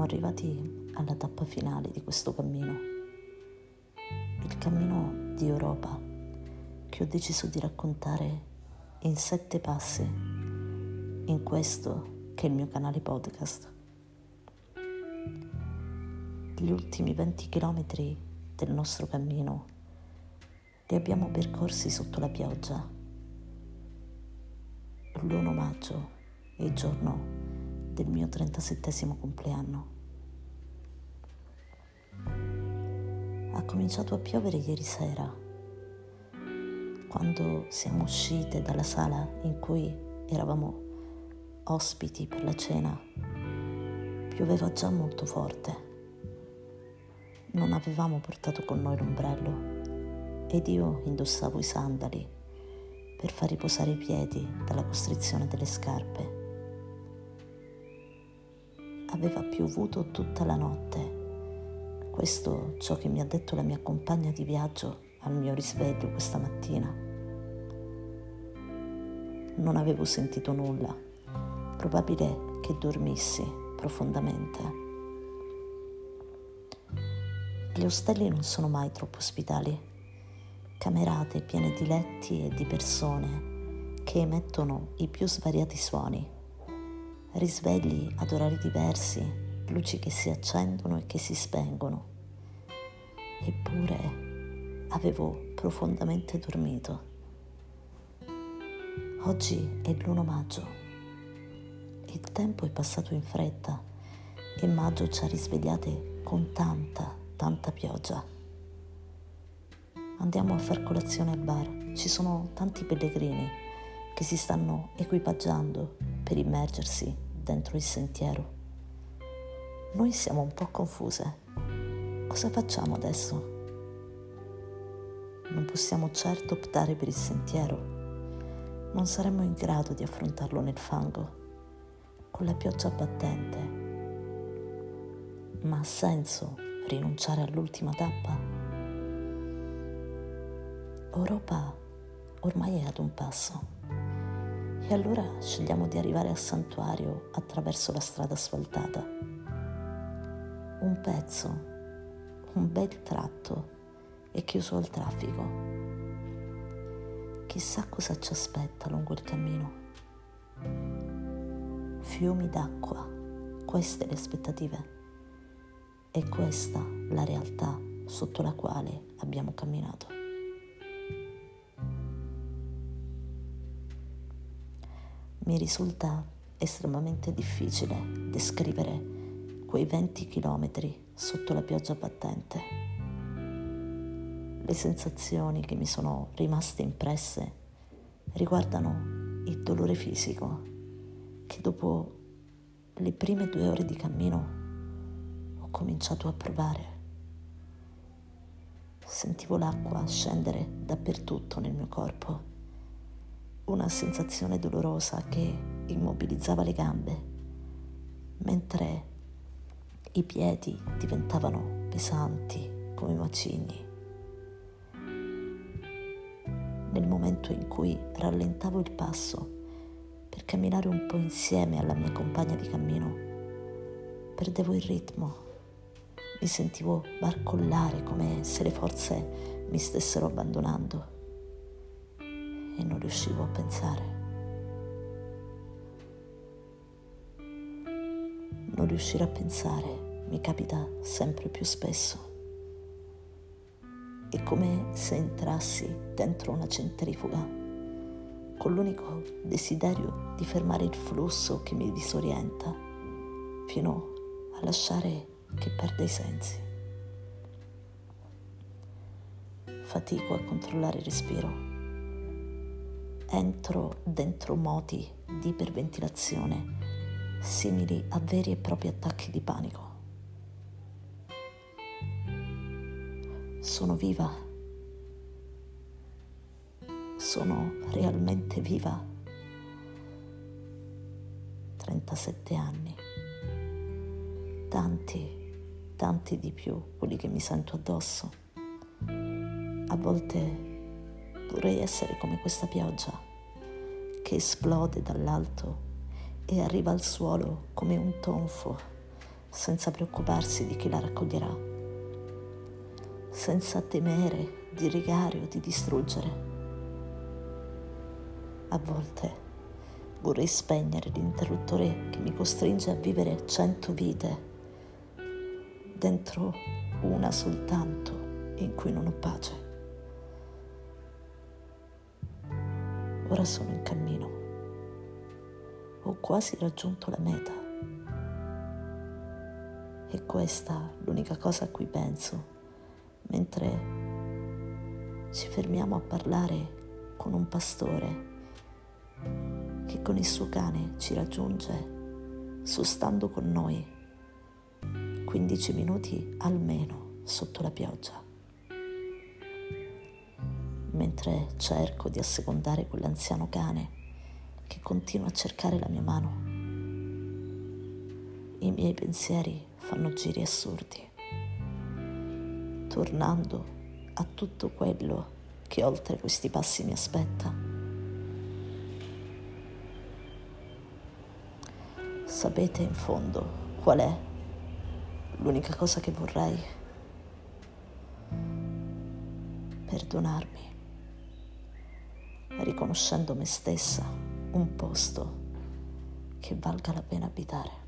Siamo arrivati alla tappa finale di questo cammino, il cammino di Europa che ho deciso di raccontare in 7 passi in questo che è il mio canale podcast. Gli ultimi 20 chilometri del nostro cammino li abbiamo percorsi sotto la pioggia. L'1 maggio è il giorno del mio 37° compleanno. Ha cominciato a piovere ieri sera, quando siamo uscite dalla sala in cui eravamo ospiti per la cena. Pioveva già molto forte. Non avevamo portato con noi l'ombrello ed io indossavo i sandali per far riposare i piedi dalla costrizione delle scarpe. Aveva piovuto tutta la notte. Questo ciò che mi ha detto la mia compagna di viaggio al mio risveglio questa mattina. Non avevo sentito nulla. Probabile che dormissi profondamente. Gli ostelli non sono mai troppo ospitali. Camerate piene di letti e di persone che emettono i più svariati suoni. Risvegli ad orari diversi, luci che si accendono e che si spengono. Eppure avevo profondamente dormito. Oggi è l'1 maggio. Il tempo è passato in fretta e maggio ci ha risvegliate con tanta pioggia. Andiamo a far colazione al bar. Ci sono tanti pellegrini che si stanno equipaggiando per immergersi dentro il sentiero. Noi siamo un po' confuse. Cosa facciamo adesso? Non possiamo certo optare per il sentiero. Non saremmo in grado di affrontarlo nel fango, con la pioggia battente. Ma ha senso rinunciare all'ultima tappa? Europa ormai è ad un passo. E allora scegliamo di arrivare al santuario attraverso la strada asfaltata. Un pezzo, un bel tratto è chiuso al traffico. Chissà cosa ci aspetta lungo il cammino. Fiumi d'acqua, queste le aspettative. E questa la realtà sotto la quale abbiamo camminato. Mi risulta estremamente difficile descrivere quei 20 chilometri sotto la pioggia battente. Le sensazioni che mi sono rimaste impresse riguardano il dolore fisico che dopo le prime 2 ore di cammino ho cominciato a provare. Sentivo l'acqua scendere dappertutto nel mio corpo. Una sensazione dolorosa che immobilizzava le gambe, mentre i piedi diventavano pesanti come macigni. Nel momento in cui rallentavo il passo per camminare un po' insieme alla mia compagna di cammino, perdevo il ritmo. Mi sentivo barcollare come se le forze mi stessero abbandonando. E non riuscivo a pensare. Non riuscire a pensare mi capita sempre più spesso. È come se entrassi dentro una centrifuga, con l'unico desiderio di fermare il flusso che mi disorienta, fino a lasciare che perda i sensi. Fatico a controllare il respiro. Entro dentro moti di iperventilazione simili a veri e propri attacchi di panico. Sono viva. Sono realmente viva. 37 anni. Tanti di più quelli che mi sento addosso. A volte vorrei essere come questa pioggia che esplode dall'alto e arriva al suolo come un tonfo senza preoccuparsi di chi la raccoglierà, senza temere di rigare o di distruggere. A volte vorrei spegnere l'interruttore che mi costringe a vivere 100 vite dentro una soltanto in cui non ho pace. Ora sono in cammino. Ho quasi raggiunto la meta. E questa è l'unica cosa a cui penso mentre ci fermiamo a parlare con un pastore che con il suo cane ci raggiunge sostando con noi 15 minuti almeno sotto la pioggia. Mentre cerco di assecondare quell'anziano cane che continua a cercare la mia mano, i miei pensieri fanno giri assurdi, tornando a tutto quello che oltre questi passi mi aspetta. Sapete in fondo qual è l'unica cosa che vorrei? Perdonarmi, riconoscendo me stessa un posto che valga la pena abitare.